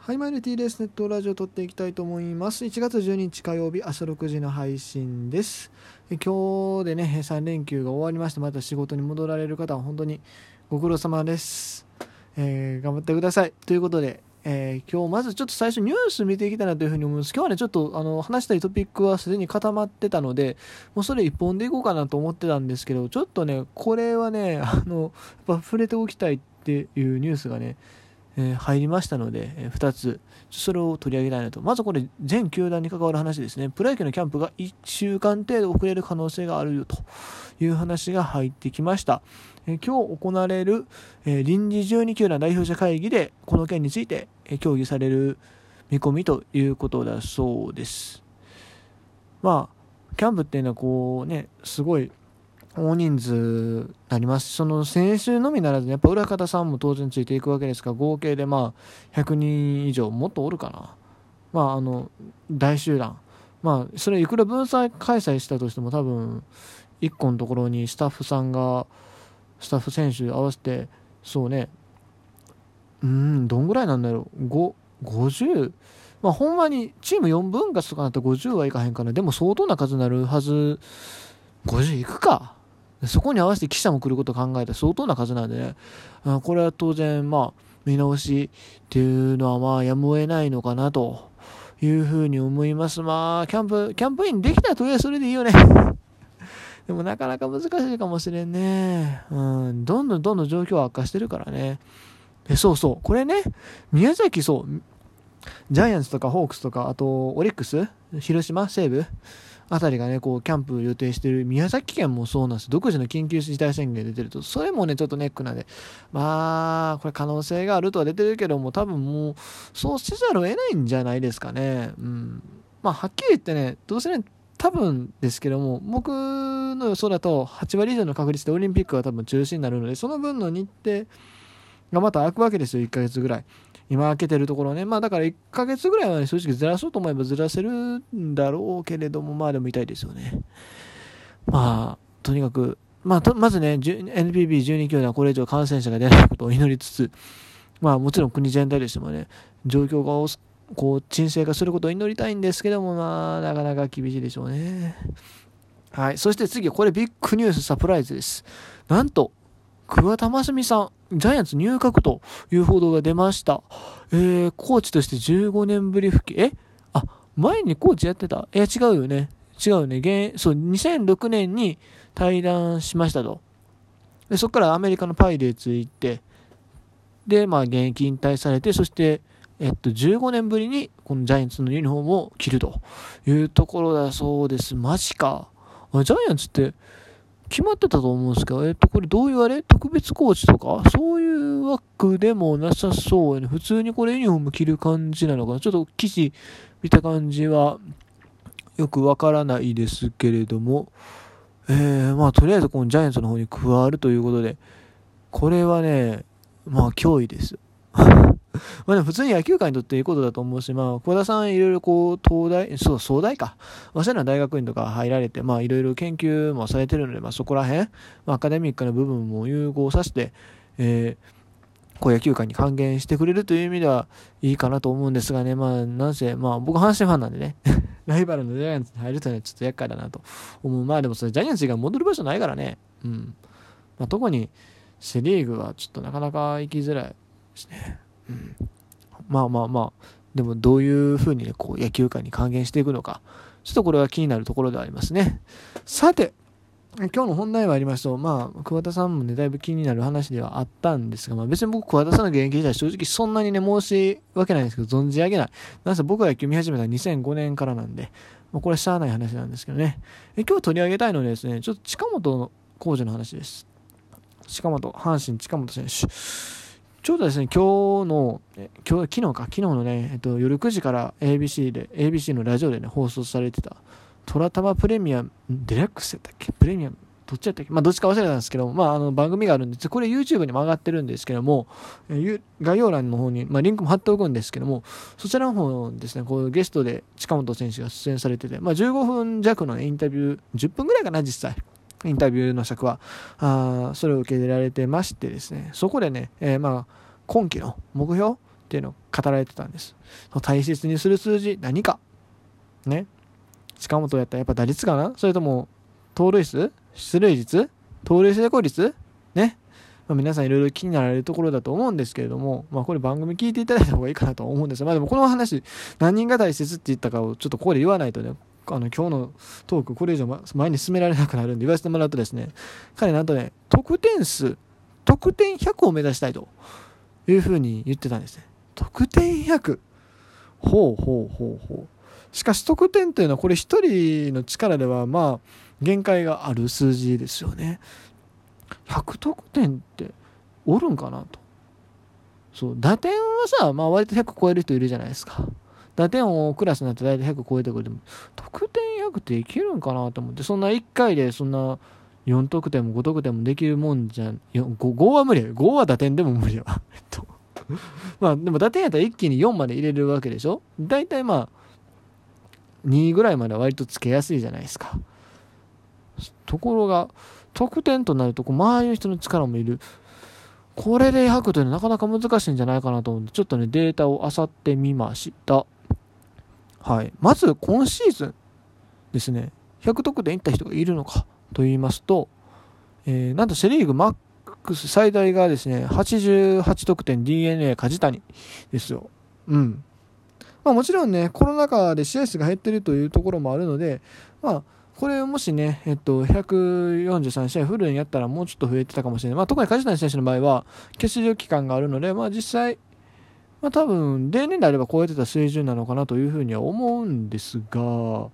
はい、マイル T です。ネットラジオを撮っていきたいと思います。1月12日火曜日朝6時の配信です。今日でね、3連休が終わりまして、また仕事に戻られる方は本当にご苦労様です。頑張ってください。ということで、今日まずちょっと最初ニュース見ていきたいなというふうに思います。今日はね、ちょっと話したいトピックはすでに固まってたので、もうそれ一本でいこうかなと思ってたんですけど、ちょっとね、これはね、やっぱ触れておきたいっていうニュースがね、入りましたので、2つそれを取り上げたいなと。まずこれ全球団に関わる話ですね。プロ野球のキャンプが1週間程度遅れる可能性があるよという話が入ってきました。今日行われる、臨時12球団代表者会議でこの件について、協議される見込みということだそうです。まあキャンプっていうのはこうね、すごい大人数になります。その選手のみならず、やっぱ裏方さんも当然ついていくわけですから、合計で100人以上、もっとおるかな。大集団。それいくら分散開催したとしても、多分、1個のところにスタッフ選手合わせて、そうね、どんぐらいなんだろう。50？ほんまにチーム4分割とかなったら50はいかへんかな。でも相当な数になるはず。50いくか。そこに合わせて記者も来ることを考えたら相当な数なんでね、これは当然見直しっていうのはやむを得ないのかなというふうに思います。キャンプインできたらとりあえずそれでいいよね。でもなかなか難しいかもしれんね。どんどん状況は悪化してるからね。そうこれね、宮崎ジャイアンツとかホークスとか、あとオリックス、広島、西武あたりがね、こうキャンプ予定している宮崎県もそうなんです。独自の緊急事態宣言が出てると、それもねちょっとネックなんで、これ可能性があるとは出てるけども、多分もうそうせざるを得ないんじゃないですかね。はっきり言ってね、どうせね、多分ですけども、僕の予想だと8割以上の確率でオリンピックが多分中止になるので、その分の日程がまた空くわけですよ。1ヶ月ぐらい今開けてるところね。だから1ヶ月ぐらいは、ね、正直ずらそうと思えばずらせるんだろうけれども、でも痛いですよね。とにかくまずね、NPB12 球団これ以上感染者が出ないことを祈りつつ、もちろん国全体としてもね、状況がこう沈静化することを祈りたいんですけども、なかなか厳しいでしょうね。はい。そして次、これビッグニュース、サプライズです。なんと桑田真澄さん、ジャイアンツ入閣という報道が出ました。コーチとして15年ぶり復帰。前にコーチやってた？違うよね。2006年に退団しましたと。で、そこからアメリカのパイレーツ行って、で、現役引退されて、そして、15年ぶりにこのジャイアンツのユニフォームを着るというところだそうです。マジか。ジャイアンツって決まってたと思うんですけど、これどういう特別コーチとかそういう枠でもなさそうやね。普通にこれユニフォーム着る感じなのかな。ちょっと記事見た感じはよくわからないですけれども、とりあえずこのジャイアンツの方に加わるということで、これはね、脅威です。でも普通に野球界にとっていいことだと思うし、小田さんいろいろ総大か。早稲田大学院とか入られて、いろいろ研究もされてるので、そこら辺、アカデミックな部分も融合させて、こう野球界に還元してくれるという意味ではいいかなと思うんですがね、なんせ、僕阪神ファンなんでね、ライバルのジャイアンツに入るというのはちょっと厄介だなと思う。でもそれジャイアンツ以外戻る場所ないからね。特にセリーグはちょっとなかなか行きづらいですね。でもどういうふうにね、こう野球界に還元していくのか、ちょっとこれは気になるところではありますね。さて、今日の本題はありますと、桑田さんもね、だいぶ気になる話ではあったんですが、別に僕、桑田さんの現役時代、正直そんなにね、申し訳ないんですけど、存じ上げない。なんせ僕が野球見始めたのは2005年からなんで、これはしゃあない話なんですけどね。今日取り上げたいのはですね、ちょっと近本浩二の話です。阪神近本選手。ちょうどですね、昨日のね、夜9時から ABC のラジオでね、放送されてた、虎玉プレミアム、デラックスやったっけプレミアム、どっちやったっけどっちか忘れたんですけど、番組があるんで、これ YouTube にも上がってるんですけども、概要欄の方に、リンクも貼っておくんですけども、そちらの方ですね、こうゲストで近本選手が出演されてて、15分弱の、ね、インタビュー、10分ぐらいかな、実際。インタビューの尺はそれを受け入れられてましてですね、そこでね、今期の目標っていうのを語られてたんです。大切にする数字何かね、近本やったらやっぱ打率かな、それとも盗塁数、出塁率、盗塁成功率ね、皆さんいろいろ気になられるところだと思うんですけれども、これ番組聞いていただいた方がいいかなと思うんですが、でもこの話何人が大切って言ったかをちょっとここで言わないとね、今日のトークこれ以上前に進められなくなるんで言わせてもらうとですね、彼なんとね、得点100を目指したいというふうに言ってたんですね。得点100、ほう。しかし得点というのはこれ一人の力では限界がある数字ですよね。100得点っておるんかなと。そう、打点はさ、割と100超える人いるじゃないですか。打点王クラスになって大体100超えてくる。でも得点100っていけるんかなと思って、そんな1回でそんな4得点も5得点もできるもんじゃん。5は無理や。5は打点でも無理やわ。でも打点やったら一気に4まで入れるわけでしょ。大体2ぐらいまでは割とつけやすいじゃないですか。ところが得点となると周りの人の力もいる。これで100というのはなかなか難しいんじゃないかなと思って、ちょっとねデータを漁ってみました。はい、まず今シーズンですね、100得点いった人がいるのかと言いますと、なんとセリーグマックス最大がですね88得点 DNA 梶谷ですよ。もちろんねコロナ禍で試合数が減ってるというところもあるので、これもしね、143試合フルにやったらもうちょっと増えてたかもしれない。特に梶谷選手の場合は欠場期間があるので、実際、多分例年であれば超えてた水準なのかなというふうには思うんですが、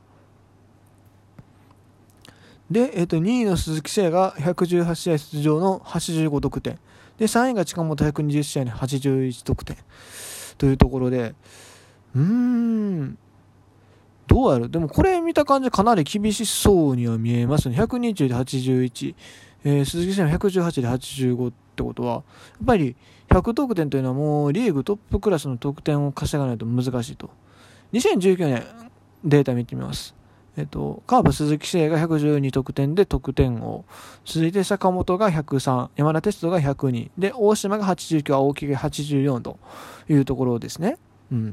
で、2位の鈴木誠也が118試合出場の85得点で、3位が近本120試合に81得点というところで、どうやる。でもこれ見た感じかなり厳しそうには見えますね。120で81、鈴木選手は118で85ってことは、やっぱり100得点というのはもうリーグトップクラスの得点を稼がないと難しいと。2019年データ見てみます。カープ鈴木誠也が112得点で得点王、続いて坂本が103、山田哲人が102で、大島が89、青木が84というところですね。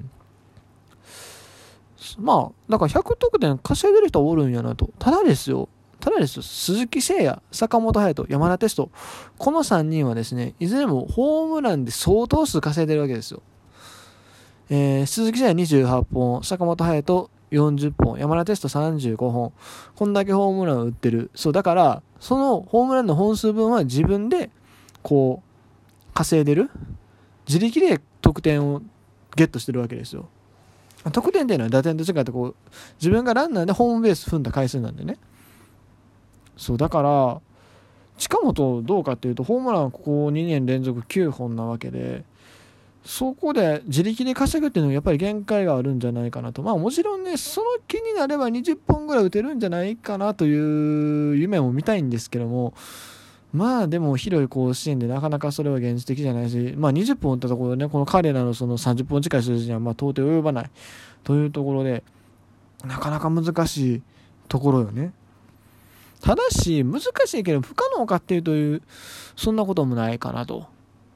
だから100得点稼いでる人はおるんやなと。ただですよ、鈴木誠也、坂本勇人、山田哲人、この3人はですね、いずれもホームランで相当数稼いでるわけですよ。鈴木誠也28本、坂本勇人40本、山田哲人35本、こんだけホームランを打ってる。そうだから、そのホームランの本数分は自分で稼いでる、自力で得点をゲットしてるわけですよ。得点っていうのは打点と違って自分がランナーでホームベース踏んだ回数なんでね。そうだから近本どうかっていうと、ホームランここ2年連続9本なわけで、そこで自力で稼ぐっていうのはやっぱり限界があるんじゃないかなと。もちろんね、その気になれば20本ぐらい打てるんじゃないかなという夢も見たいんですけども、でも広い甲子園でなかなかそれは現実的じゃないし、20本打ったところでね、この彼らのその30本近い数字には到底及ばないというところで、なかなか難しいところよね。ただし難しいけど不可能かっていうとそんなこともないかなと。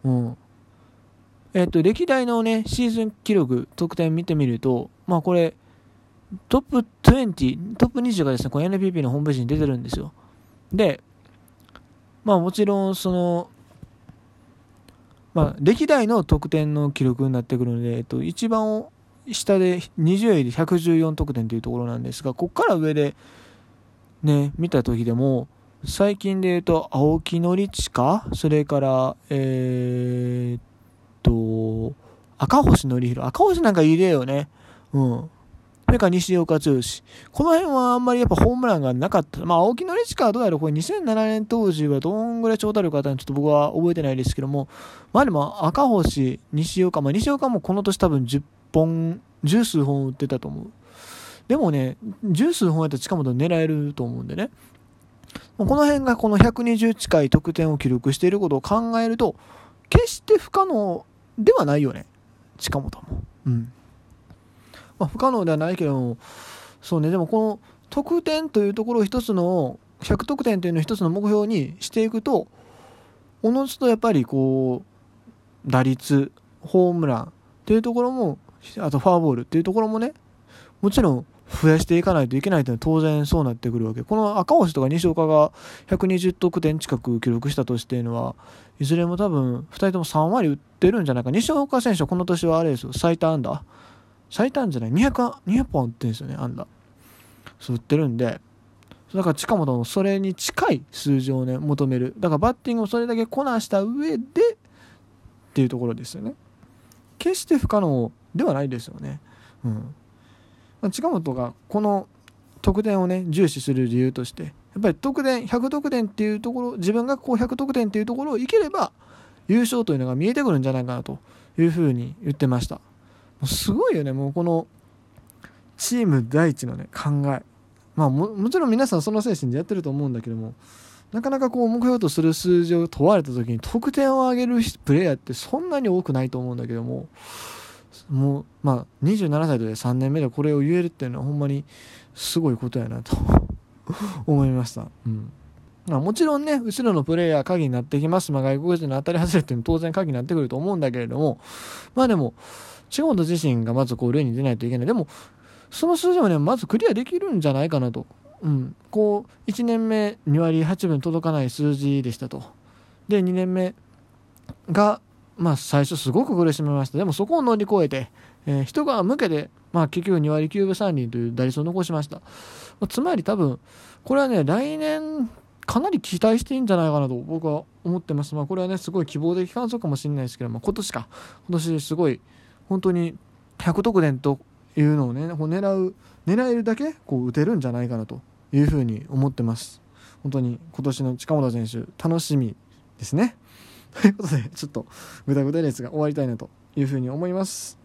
歴代のねシーズン記録得点見てみると、これトップ20、トップ20がですね、この NPB のホームページに出てるんですよ。で、もちろんその歴代の得点の記録になってくるので、一番下で20位で114得点というところなんですが、ここから上でね見た時でも、最近で言うと青木宣親、それから赤星憲広、赤星なんかいい例よね。それから西岡剛、この辺はあんまりやっぱホームランがなかった。青木宣親はどうやらこれ2007年当時はどんぐらい長打力あったのかちょっと僕は覚えてないですけども、でも赤星、西岡、西岡もこの年多分10数本打ってたと思う。でもね、10数本やったら近本狙えると思うんでね。この辺がこの120近い得点を記録していることを考えると、決して不可能ではないよね、近本も。不可能ではないけど、そうね、でもこの得点というところを一つの100得点というのを一つの目標にしていくと、おのずとやっぱり打率、ホームラン、 っていうところも、あとフォアボールっていうところもね、もちろん増やしていかないといけないというのは当然そうなってくるわけ。この赤星とか西岡が120得点近く記録した年っていうのは、いずれも多分2人とも3割打ってるんじゃないか。西岡選手はこの年はあれですよ、最多安打、最多安打じゃない、200本打ってるんですよね、安打。そう打ってるんで、だから近本もそれに近い数字をね求める。だからバッティングをそれだけこなした上でっていうところですよね。決して不可能ではないですよね。近本がこの得点をね重視する理由として、やっぱり100得点っていうところ、自分がこう100得点っていうところをいければ優勝というのが見えてくるんじゃないかなというふうに言ってました。もうすごいよね。もうこのチーム第一のね考え、もちろん皆さんその精神でやってると思うんだけども、なかなかこう目標とする数字を問われた時に得点を上げるプレイヤーってそんなに多くないと思うんだけども、もう27歳で3年目でこれを言えるっていうのはほんまにすごいことやなと思いました。もちろんね後ろのプレイヤー鍵になってきます。外国人の当たり外れっていうのは当然鍵になってくると思うんだけれども、でも近本自身がまずこう塁に出ないといけない。でもその数字もねまずクリアできるんじゃないかなと。こう1年目2割8分届かない数字でしたと。で2年目が最初すごく苦しめました。でもそこを乗り越えて、一皮向けて、結局2割9分3厘という打率を残しました。つまり多分これはね来年かなり期待していいんじゃないかなと僕は思ってます。これはねすごい希望的観測かもしれないですけど、今年すごい本当に100得点というのをね狙えるだけこう打てるんじゃないかなというふうに思ってます。本当に今年の近本選手楽しみですね。ということでちょっとグダグダですが終わりたいなというふうに思います。